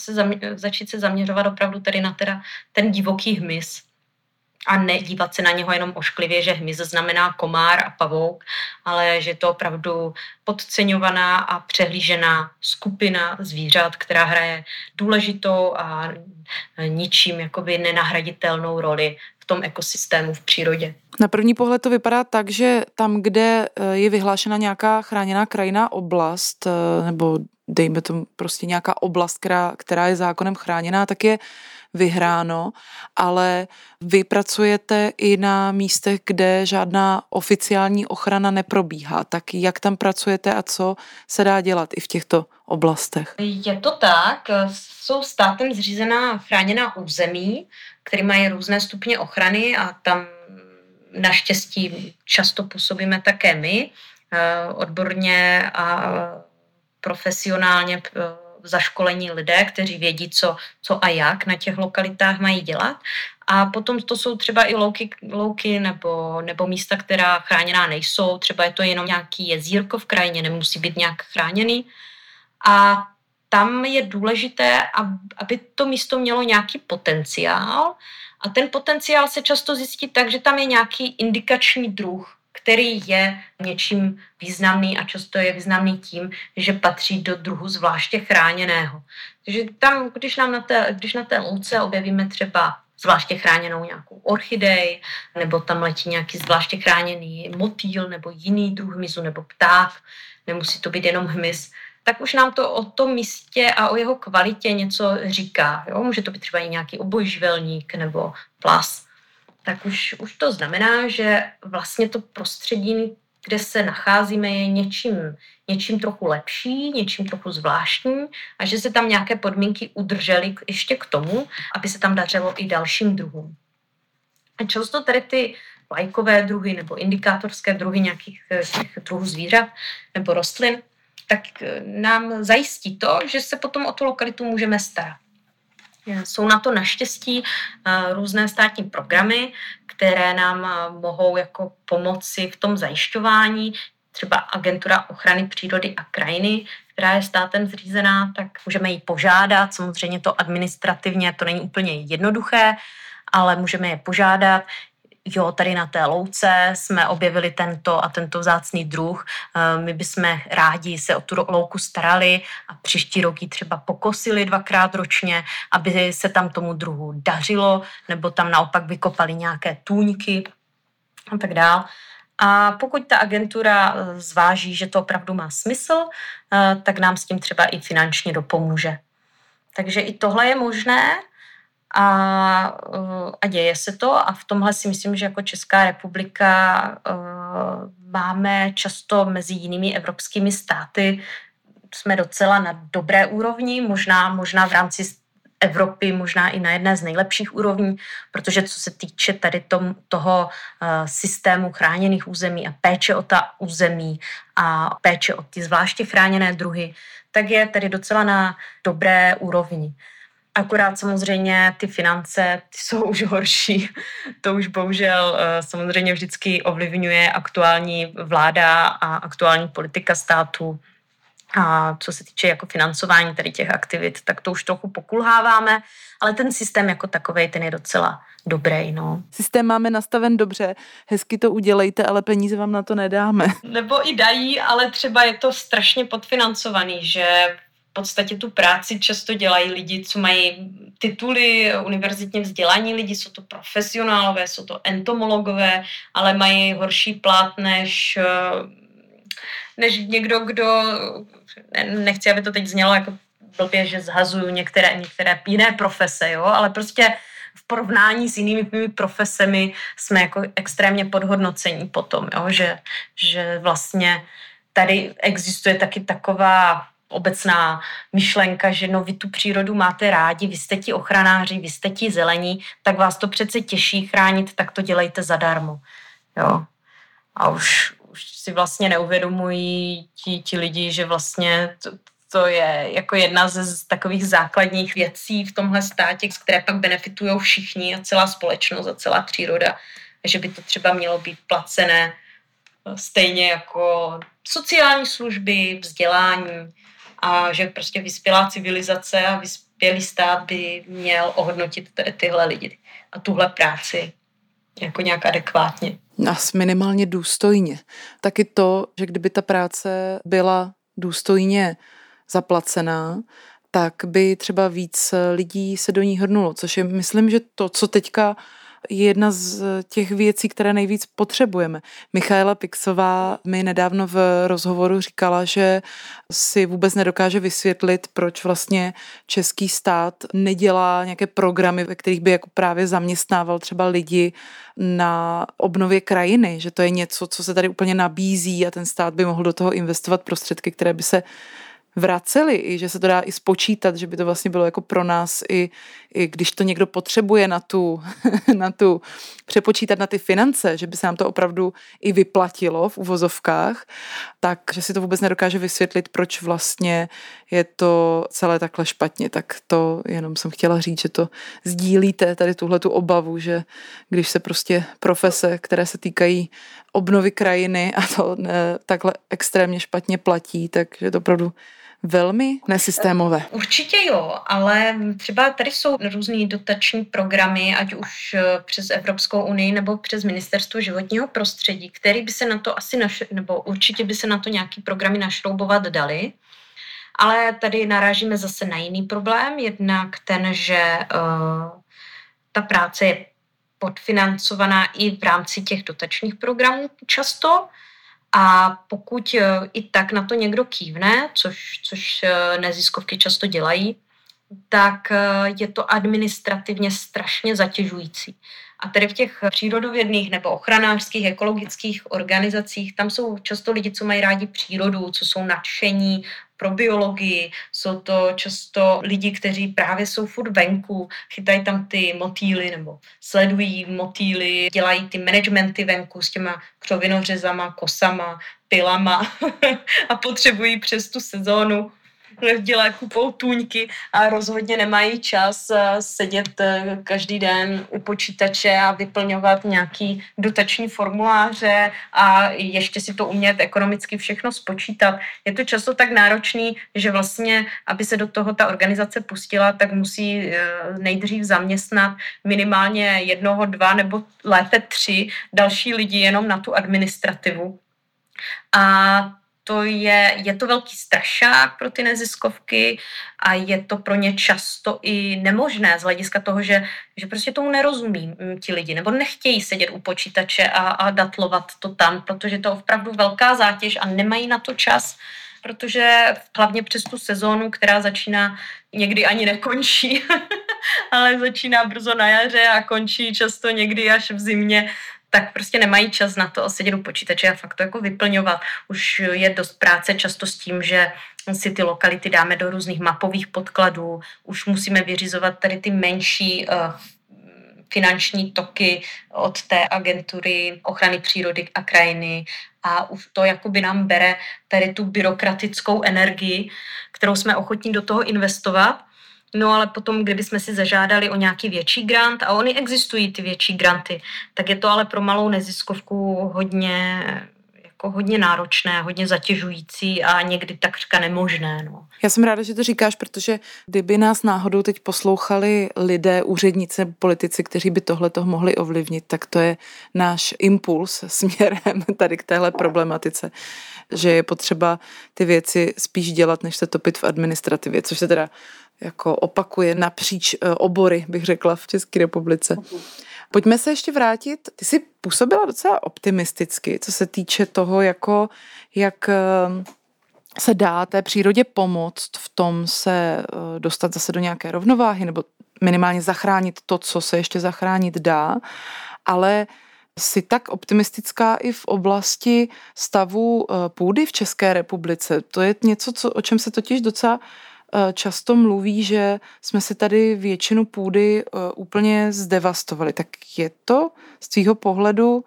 se zaměřovat opravdu tedy na ten divoký hmyz a nedívat se na něho jenom ošklivě, že hmyz znamená komár a pavouk, ale že je to opravdu podceňovaná a přehlížená skupina zvířat, která hraje důležitou a ničím jakoby nenahraditelnou roli v tom ekosystému v přírodě. Na první pohled to vypadá tak, že tam, kde je vyhlášena nějaká chráněná krajinná oblast, nebo dejme tomu prostě nějaká oblast, která je zákonem chráněná, tak je vyhráno, ale vy pracujete i na místech, kde žádná oficiální ochrana neprobíhá. Tak jak tam pracujete a co se dá dělat i v těchto oblastech? Je to tak, jsou státem zřízená chráněná území, které mají různé stupně ochrany a tam naštěstí často působíme také my, odborně a profesionálně zaškolení lidé, kteří vědí, co a jak na těch lokalitách mají dělat. A potom to jsou třeba i louky nebo místa, která chráněná nejsou. Třeba je to jenom nějaký jezírko v krajině, nemusí být nějak chráněný. A tam je důležité, aby to místo mělo nějaký potenciál. A ten potenciál se často zjistí tak, že tam je nějaký indikační druh, který je něčím významný a často je významný tím, že patří do druhu zvláště chráněného. Takže tam, když na té louce objevíme třeba zvláště chráněnou nějakou orchidej, nebo tam letí nějaký zvláště chráněný motýl, nebo jiný druh hmyzu, nebo pták, nemusí to být jenom hmyz, tak už nám to o tom místě a o jeho kvalitě něco říká. Jo? Může to být třeba i nějaký obojživelník nebo plas. Tak už to znamená, že vlastně to prostředí, kde se nacházíme, je něčím trochu lepší, něčím trochu zvláštní a že se tam nějaké podmínky udržely ještě k tomu, aby se tam dařilo i dalším druhům. A často tady ty vlajkové druhy nebo indikátorské druhy nějakých těch druhů zvířat nebo rostlin, tak nám zajistí to, že se potom o tu lokalitu můžeme starat. Jsou na to naštěstí různé státní programy, které nám mohou jako pomoci v tom zajišťování. Třeba Agentura ochrany přírody a krajiny, která je státem zřízená, tak můžeme ji požádat. Samozřejmě to administrativně to není úplně jednoduché, ale můžeme je požádat. Jo, tady na té louce jsme objevili tento a tento vzácný druh. My bychom rádi se o tu louku starali a příští rok ji třeba pokosili 2krát ročně, aby se tam tomu druhu dařilo, nebo tam naopak vykopali nějaké tůňky a tak dál. A pokud ta agentura zváží, že to opravdu má smysl, tak nám s tím třeba i finančně dopomůže. Takže i tohle je možné. A děje se to a v tomhle si myslím, že jako Česká republika máme často mezi jinými evropskými státy, jsme docela na dobré úrovni, možná v rámci Evropy, možná i na jedné z nejlepších úrovní, protože co se týče tady toho systému chráněných území a péče o ta území a péče o ty zvláště chráněné druhy, tak je tady docela na dobré úrovni. Akorát samozřejmě ty finance ty jsou už horší. To už bohužel samozřejmě vždycky ovlivňuje aktuální vláda a aktuální politika státu. A co se týče jako financování tady těch aktivit, tak to už trochu pokulháváme, ale ten systém jako takovej, ten je docela dobrý, no. Systém máme nastaven dobře, hezky to udělejte, ale peníze vám na to nedáme. Nebo i dají, ale třeba je to strašně podfinancovaný, že v podstatě tu práci často dělají lidi, co mají tituly, univerzitně vzdělaní lidi, jsou to profesionálové, jsou to entomologové, ale mají horší plat než někdo, kdo, nechci, aby to teď znělo jako blbě, že zhazuju některé jiné profese, jo, ale prostě v porovnání s jinými profesemi jsme jako extrémně podhodnocení potom, jo, že vlastně tady existuje taky taková obecná myšlenka, že no vy tu přírodu máte rádi, vy jste ti ochranáři, vy jste ti zelení, tak vás to přece těší chránit, tak to dělejte zadarmo, jo. A už si vlastně neuvědomují ti lidi, že vlastně to je jako jedna z takových základních věcí v tomhle státě, z které pak benefitují všichni a celá společnost a celá příroda. Že by to třeba mělo být placené stejně jako sociální služby, vzdělání a že prostě vyspělá civilizace a vyspělý stát by měl ohodnotit tyhle lidi a tuhle práci jako nějak adekvátně. Nás minimálně důstojně. Taky to, že kdyby ta práce byla důstojně zaplacená, tak by třeba víc lidí se do ní hrnulo, což je, myslím, že to, co teďka je jedna z těch věcí, které nejvíc potřebujeme. Michaela Pixová mi nedávno v rozhovoru říkala, že si vůbec nedokáže vysvětlit, proč vlastně český stát nedělá nějaké programy, ve kterých by jako právě zaměstnával třeba lidi na obnově krajiny, že to je něco, co se tady úplně nabízí a ten stát by mohl do toho investovat prostředky, které by se vraceli, i že se to dá i spočítat, že by to vlastně bylo jako pro nás i když to někdo potřebuje na tu přepočítat na ty finance, že by se nám to opravdu i vyplatilo v uvozovkách, tak že si to vůbec nedokáže vysvětlit, proč vlastně je to celé takhle špatně. Tak to jenom jsem chtěla říct, že to sdílíte tady tuhletu obavu, že když se prostě profese, které se týkají obnovy krajiny a to takhle extrémně špatně platí, takže to opravdu velmi nesystémové. Určitě jo, ale třeba tady jsou různý dotační programy, ať už přes Evropskou unii nebo přes Ministerstvo životního prostředí, který by se na to asi nebo určitě by se na to nějaký programy našroubovat dali. Ale tady narážíme zase na jiný problém, jednak ten, že ta práce je podfinancovaná i v rámci těch dotačních programů často. A pokud i tak na to někdo kývne, což neziskovky často dělají, tak je to administrativně strašně zatěžující. A tedy v těch přírodovědných nebo ochranářských, ekologických organizacích, tam jsou často lidi, co mají rádi přírodu, co jsou nadšení pro biologii, jsou to často lidi, kteří právě jsou furt venku, chytají tam ty motýly nebo sledují motýly, dělají ty managementy venku s těma křovinořezama, kosama, pilama a potřebují přes tu sezónu dělají kupou tůňky a rozhodně nemají čas sedět každý den u počítače a vyplňovat nějaký dotační formuláře a ještě si to umět ekonomicky všechno spočítat. Je to často tak náročný, že vlastně, aby se do toho ta organizace pustila, tak musí nejdřív zaměstnat minimálně 1, 2 nebo lépe 3 další lidi jenom na tu administrativu. A je to velký strašák pro ty neziskovky a je to pro ně často i nemožné z hlediska toho, že prostě tomu nerozumí ti lidi nebo nechtějí sedět u počítače a datlovat to tam, protože to je opravdu velká zátěž a nemají na to čas, protože hlavně přes tu sezónu, která začíná, někdy ani nekončí, ale začíná brzo na jaře a končí často někdy až v zimě, tak prostě nemají čas na to sedět u počítače a fakt to jako vyplňovat. Už je dost práce často s tím, že si ty lokality dáme do různých mapových podkladů, už musíme vyřizovat tady ty menší finanční toky od té agentury ochrany přírody a krajiny a už to jakoby nám bere tady tu byrokratickou energii, kterou jsme ochotní do toho investovat. No ale potom, kdybychom si zažádali o nějaký větší grant, a oni existují ty větší granty, tak je to ale pro malou neziskovku hodně jako hodně náročné, hodně zatěžující a někdy takřka nemožné. No. Já jsem ráda, že to říkáš, protože kdyby nás náhodou teď poslouchali lidé, úředníci, politici, kteří by tohleto mohli ovlivnit, tak to je náš impuls směrem tady k téhle problematice, že je potřeba ty věci spíš dělat, než se topit v administrativě, což se teda jako opakuje napříč obory, bych řekla, v České republice. Pojďme se ještě vrátit. Ty jsi působila docela optimisticky, co se týče toho, jako, jak se dá té přírodě pomoct v tom se dostat zase do nějaké rovnováhy nebo minimálně zachránit to, co se ještě zachránit dá, ale jsi tak optimistická i v oblasti stavu půdy v České republice. To je něco, o čem se totiž docela často mluví, že jsme si tady většinu půdy úplně zdevastovali. Tak je to z tvýho pohledu,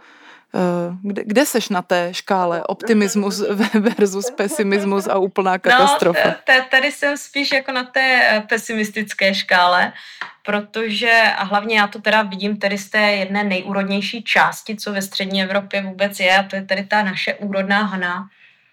kde seš na té škále optimismus versus pesimismus a úplná katastrofa? No, tady jsem spíš jako na té pesimistické škále, protože, a hlavně já to teda vidím tady z té jedné nejúrodnější části, co ve střední Evropě vůbec je, a to je tady ta naše úrodná hana.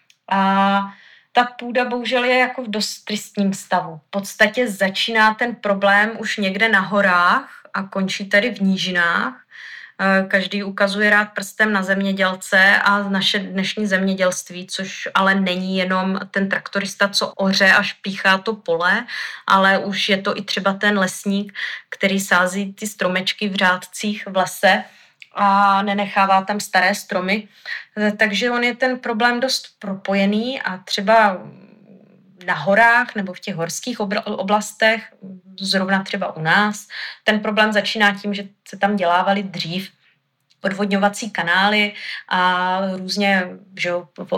A ta půda bohužel je jako v dost tristním stavu. V podstatě začíná ten problém už někde na horách a končí tady v nížinách. Každý ukazuje rád prstem na zemědělce a naše dnešní zemědělství, což ale není jenom ten traktorista, co oře a špíchá to pole, ale už je to i třeba ten lesník, který sází ty stromečky v řádcích v lese a nenechává tam staré stromy. Takže on je ten problém dost propojený a třeba na horách nebo v těch horských oblastech, zrovna třeba u nás, ten problém začíná tím, že se tam dělávaly dřív odvodňovací kanály a různě, že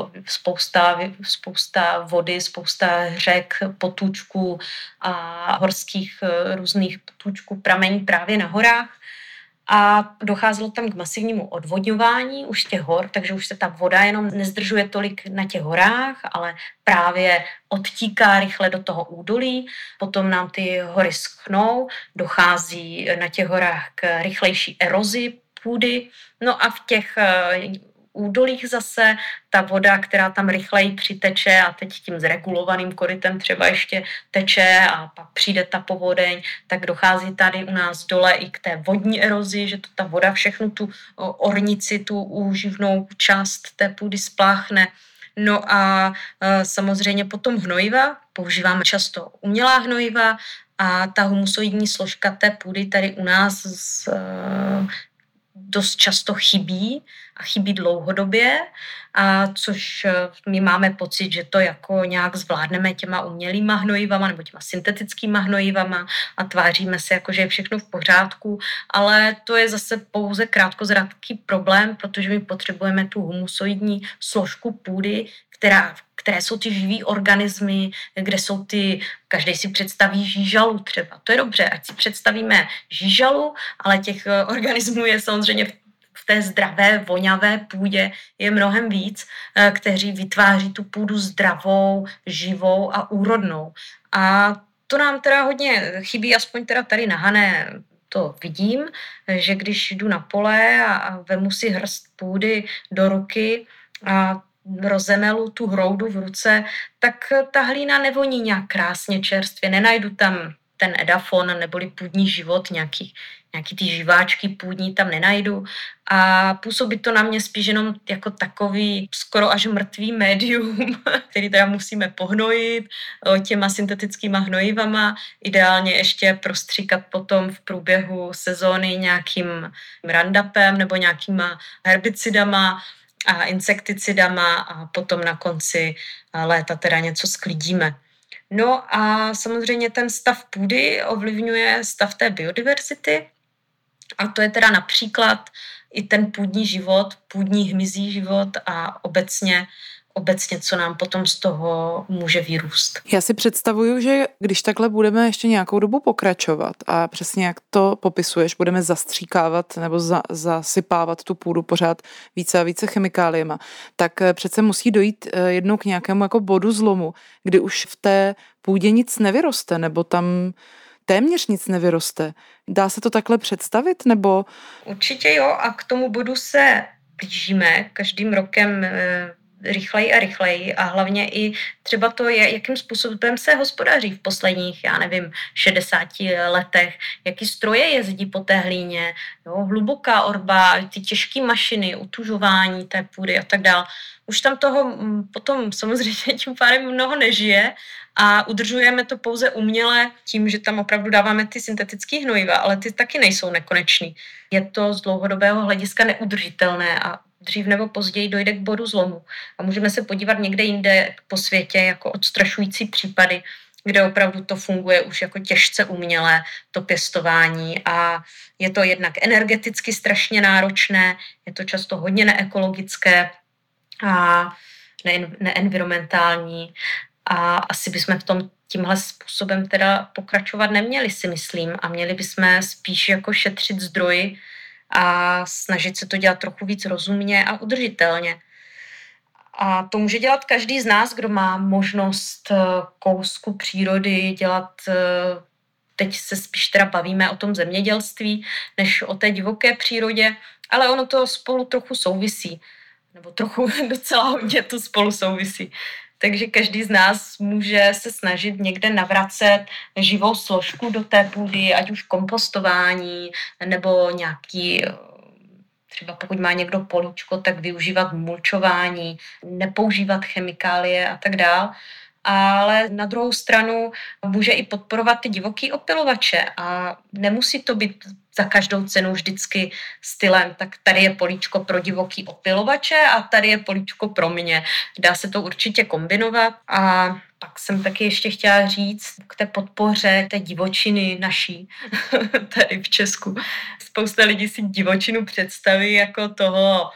spousta vody, spousta řek, potůčků a horských různých potůčků pramení právě na horách. A docházelo tam k masivnímu odvodňování už z těch hor, takže už se ta voda jenom nezdržuje tolik na těch horách, ale právě odtíká rychle do toho údolí, potom nám ty hory schnou, dochází na těch horách k rychlejší erozi půdy, no a v těch údolích zase ta voda, která tam rychleji přiteče a teď tím zregulovaným korytem třeba ještě teče a pak přijde ta povodeň, tak dochází tady u nás dole i k té vodní erozi, že to ta voda všechnu tu ornici, tu úživnou část té půdy spláchne. No a samozřejmě potom hnojiva, používáme často umělá hnojiva a ta humusoidní složka té půdy tady u nás dost často chybí a chybí dlouhodobě, a což my máme pocit, že to jako nějak zvládneme těma umělýma hnojivama nebo těma syntetickýma hnojivama a tváříme se jako, že je všechno v pořádku, ale to je zase pouze krátkozratký problém, protože my potřebujeme tu humusoidní složku půdy, které jsou ty živý organismy, kde jsou každý si představí žížalu třeba. To je dobře, ať si představíme žížalu, ale těch organismů je samozřejmě v té zdravé, voňavé půdě je mnohem víc, kteří vytváří tu půdu zdravou, živou a úrodnou. A to nám teda hodně chybí, aspoň teda tady na Hané to vidím, že když jdu na pole a vemu si hrst půdy do ruky a rozemelu tu hroudu v ruce, tak ta hlína nevoní nějak krásně čerstvě, nenajdu tam ten edafon neboli půdní život, nějaký ty živáčky půdní tam nenajdu a působí to na mě spíš jenom jako takový skoro až mrtvý médium, který teda musíme pohnojit těma syntetickýma hnojivama, ideálně ještě prostříkat potom v průběhu sezóny nějakým Roundupem nebo nějakýma herbicidama a insekticidama a potom na konci léta teda něco sklidíme. No a samozřejmě ten stav půdy ovlivňuje stav té biodiverzity a to je teda například i ten půdní život, půdní hmyzí život a obecně, co nám potom z toho může vyrůst. Já si představuju, že když takhle budeme ještě nějakou dobu pokračovat a přesně jak to popisuješ, budeme zastříkávat nebo zasypávat tu půdu pořád více a více chemikáliema, tak přece musí dojít jednou k nějakému jako bodu zlomu, kdy už v té půdě nic nevyroste nebo tam téměř nic nevyroste. Dá se to takhle představit, nebo? Určitě jo a k tomu bodu se blížíme každým rokem rychleji a rychleji a hlavně i třeba to je, jakým způsobem se hospodaří v posledních, 60 letech, jaký stroje jezdí po té hlíně, hluboká orba, ty těžké mašiny, utužování té půdy a tak dále. Už tam toho potom samozřejmě tím pádem mnoho nežije a udržujeme to pouze uměle tím, že tam opravdu dáváme ty syntetické hnojiva, ale ty taky nejsou nekonečný. Je to z dlouhodobého hlediska neudržitelné a dřív nebo později dojde k bodu zlomu. A můžeme se podívat někde jinde po světě jako odstrašující případy, kde opravdu to funguje už jako těžce umělé, to pěstování a je to jednak energeticky strašně náročné, je to často hodně neekologické a neenvironmentální a asi bychom v tom tímhle způsobem teda pokračovat neměli, si myslím, a měli bychom spíš jako šetřit zdroji a snažit se to dělat trochu víc rozumně a udržitelně. A to může dělat každý z nás, kdo má možnost kousku přírody dělat. Teď se spíš teda bavíme o tom zemědělství, než o té divoké přírodě, ale ono to spolu trochu souvisí. Nebo trochu docela hodně to spolu souvisí. Takže každý z nás může se snažit někde navracet živou složku do té půdy, ať už kompostování, nebo nějaký, třeba pokud má někdo políčko, tak využívat mulčování, nepoužívat chemikálie a tak dále. Ale na druhou stranu může i podporovat ty divoký opylovače a nemusí to být za každou cenu vždycky stylem, tak tady je políčko pro divoký opylovače a tady je políčko pro mě. Dá se to určitě kombinovat a pak jsem taky ještě chtěla říct k té podpoře té divočiny naší tady v Česku. Spousta lidí si divočinu představí jako toho,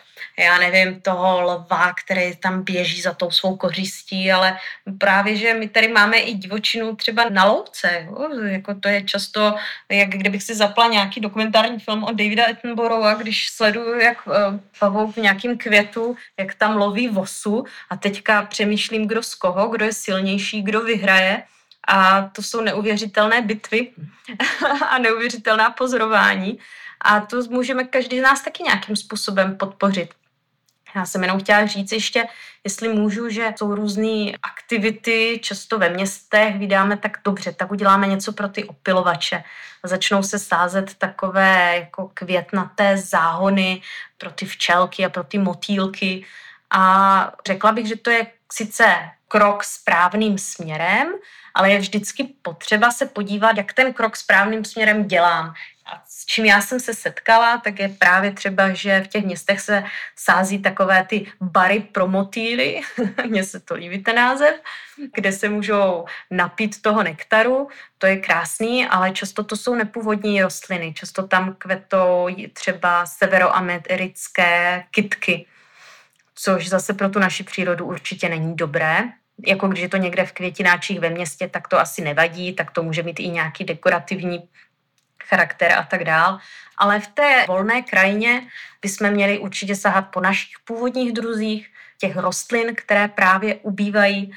toho lva, který tam běží za tou svou kořistí, ale právě, že my tady máme i divočinu třeba na louce. Jako to je často, jak kdybych si zapla nějaký dokumentární film od Davida Attenborough a když sleduju, jak pavouk v nějakým květu, jak tam loví vosu a teďka přemýšlím, kdo z koho, kdo je silnější, kdo vyhraje. A to jsou neuvěřitelné bitvy a neuvěřitelná pozorování. A to můžeme každý z nás taky nějakým způsobem podpořit. Já jsem jenom chtěla říct ještě, jestli můžu, že jsou různé aktivity, často ve městech, vydáme tak dobře, tak uděláme něco pro ty opylovače. Začnou se sázet takové jako květnaté záhony pro ty včelky a pro ty motýlky. A řekla bych, že to je sice krok správným směrem, ale je vždycky potřeba se podívat, jak ten krok správným směrem dělám. A s čím já jsem se setkala, tak je právě třeba, že v těch městech se sází takové ty bary pro motýly, mně se to líbí ten název, kde se můžou napít toho nektaru, to je krásný, ale často to jsou nepůvodní rostliny, často tam kvetou třeba severoamerické kytky, což zase pro tu naši přírodu určitě není dobré. Jako když je to někde v květináčích ve městě, tak to asi nevadí, tak to může mít i nějaký dekorativní charakter a tak dál. Ale v té volné krajině bychom měli určitě sahat po našich původních druzích, těch rostlin, které právě ubývají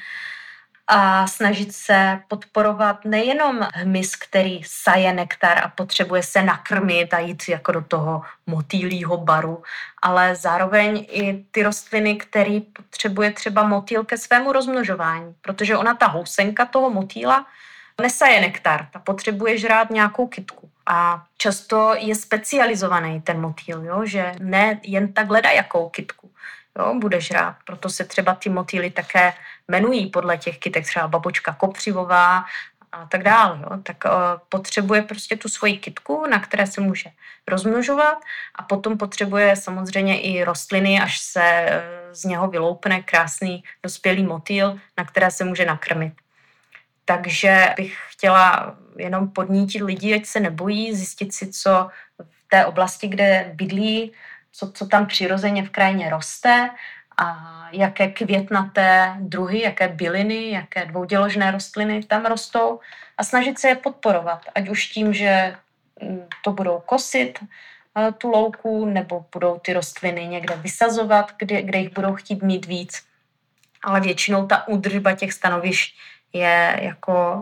a snažit se podporovat nejenom hmyz, který saje nektar a potřebuje se nakrmit a jít jako do toho motýlího baru, ale zároveň i ty rostliny, které potřebuje třeba motýl ke svému rozmnožování, protože ona, ta housenka toho motýla, nesaje nektar, ta potřebuje žrát nějakou kytku. A často je specializovaný ten motýl, jo? Že ne jen tak hledá jakou kytku bude žrát. Proto se třeba ty motýly také jmenují podle těch kytek, třeba babočka kopřivová a tak dále. Jo? Tak potřebuje prostě tu svoji kytku, na které se může rozmnožovat a potom potřebuje samozřejmě i rostliny, až se z něho vyloupne krásný dospělý motýl, na které se může nakrmit. Takže bych chtěla jenom podnítit lidi, ať se nebojí, zjistit si, co v té oblasti, kde bydlí, co tam přirozeně v krajině roste a jaké květnaté druhy, jaké byliny, jaké dvouděložné rostliny tam rostou a snažit se je podporovat. Ať už tím, že to budou kosit tu louku, nebo budou ty rostliny někde vysazovat, kde jich budou chtít mít víc. Ale většinou ta údržba těch stanovišť je jako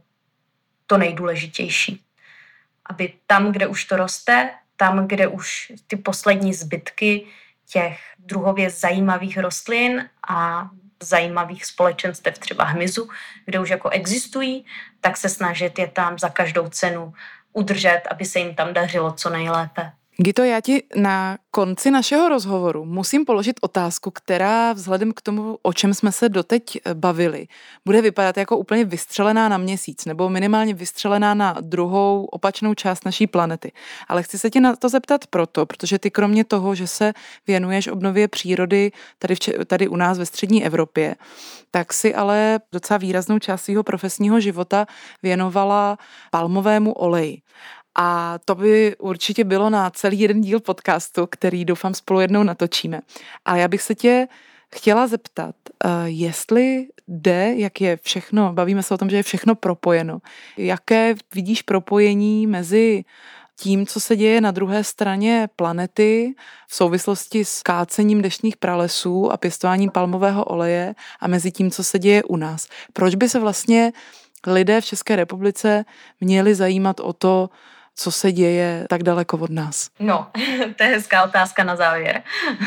to nejdůležitější. Aby tam, kde už to roste, tam, kde už ty poslední zbytky těch druhově zajímavých rostlin a zajímavých společenstev, třeba hmyzu, kde už jako existují, tak se snažit je tam za každou cenu udržet, aby se jim tam dařilo co nejlépe. Gito, já ti na konci našeho rozhovoru musím položit otázku, která vzhledem k tomu, o čem jsme se doteď bavili, bude vypadat jako úplně vystřelená na Měsíc, nebo minimálně vystřelená na druhou opačnou část naší planety. Ale chci se tě na to zeptat protože ty kromě toho, že se věnuješ obnově přírody tady u nás ve střední Evropě, tak si ale docela výraznou část svého profesního života věnovala palmovému oleji. A to by určitě bylo na celý jeden díl podcastu, který doufám spolu jednou natočíme. A já bych se tě chtěla zeptat, jestli jde, jak je všechno, bavíme se o tom, že je všechno propojeno. Jaké vidíš propojení mezi tím, co se děje na druhé straně planety v souvislosti s kácením deštných pralesů a pěstováním palmového oleje a mezi tím, co se děje u nás? Proč by se vlastně lidé v České republice měli zajímat o to, co se děje tak daleko od nás? No, to je hezká otázka na závěr.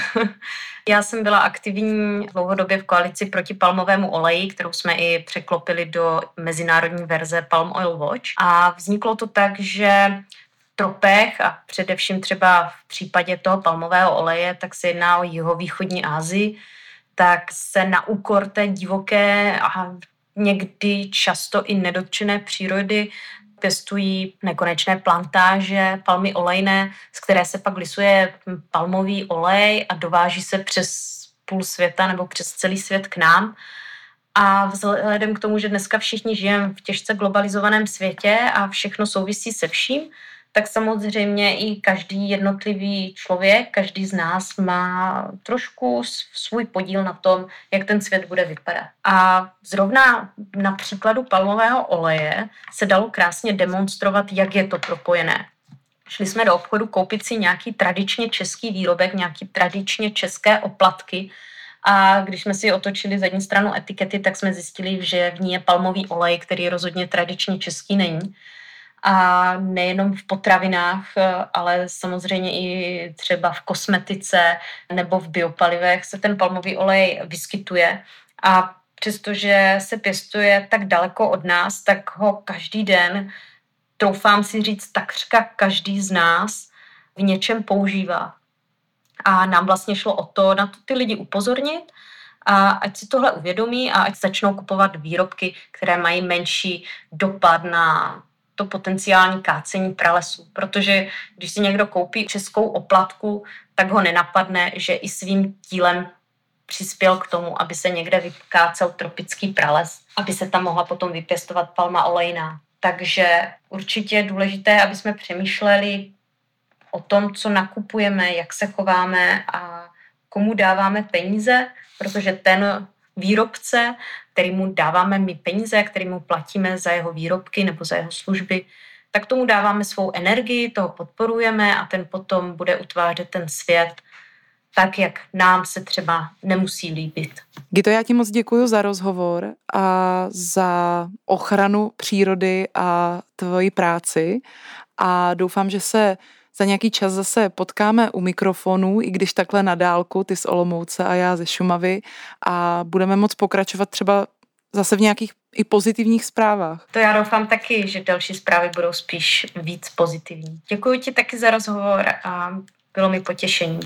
Já jsem byla aktivní dlouhodobě v koalici proti palmovému oleji, kterou jsme i překlopili do mezinárodní verze Palm Oil Watch. A vzniklo to tak, že v tropech a především třeba v případě toho palmového oleje, tak se jedná o jihovýchodní Asii, tak se na úkor té divoké a někdy často i nedotčené přírody pěstují nekonečné plantáže, palmy olejné, z které se pak lisuje palmový olej a dováží se přes půl světa nebo přes celý svět k nám. A vzhledem k tomu, že dneska všichni žijeme v těžce globalizovaném světě a všechno souvisí se vším, tak samozřejmě i každý jednotlivý člověk, každý z nás má trošku svůj podíl na tom, jak ten svět bude vypadat. A zrovna na příkladu palmového oleje se dalo krásně demonstrovat, jak je to propojené. Šli jsme do obchodu koupit si nějaký tradičně český výrobek, nějaký tradičně české oplatky, a když jsme si otočili zadní stranu etikety, tak jsme zjistili, že v ní je palmový olej, který rozhodně tradičně český není. A nejenom v potravinách, ale samozřejmě i třeba v kosmetice nebo v biopalivech se ten palmový olej vyskytuje. A přestože se pěstuje tak daleko od nás, tak ho každý den, troufám si říct, takřka každý z nás v něčem používá. A nám vlastně šlo o to, na to ty lidi upozornit, a ať si tohle uvědomí a ať začnou kupovat výrobky, které mají menší dopad na to potenciální kácení pralesů. Protože když si někdo koupí českou oplatku, tak ho nenapadne, že i svým dílem přispěl k tomu, aby se někde vykácel tropický prales, aby se tam mohla potom vypěstovat palma olejná. Takže určitě je důležité, aby jsme přemýšleli o tom, co nakupujeme, jak se chováme a komu dáváme peníze, protože ten výrobce, kterýmu dáváme my peníze, kterýmu platíme za jeho výrobky nebo za jeho služby, tak tomu dáváme svou energii, toho podporujeme a ten potom bude utvářet ten svět tak, jak nám se třeba nemusí líbit. Gito, já ti moc děkuji za rozhovor a za ochranu přírody a tvoji práci a doufám, že se za nějaký čas zase potkáme u mikrofonů, i když takhle na dálku, ty z Olomouce a já ze Šumavy, a budeme moc pokračovat třeba zase v nějakých i pozitivních zprávách. To já doufám taky, že další zprávy budou spíš víc pozitivní. Děkuji ti taky za rozhovor a bylo mi potěšení.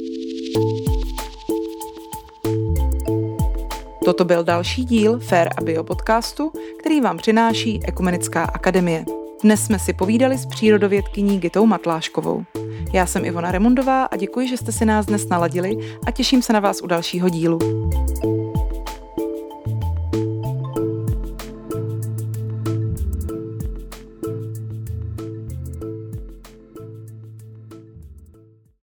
Toto byl další díl Fair a Bio podcastu, který vám přináší Ekumenická akademie. Dnes jsme si povídali s přírodovědkyní Gitou Matláškovou. Já jsem Ivona Remundová a děkuji, že jste si nás dnes naladili a těším se na vás u dalšího dílu.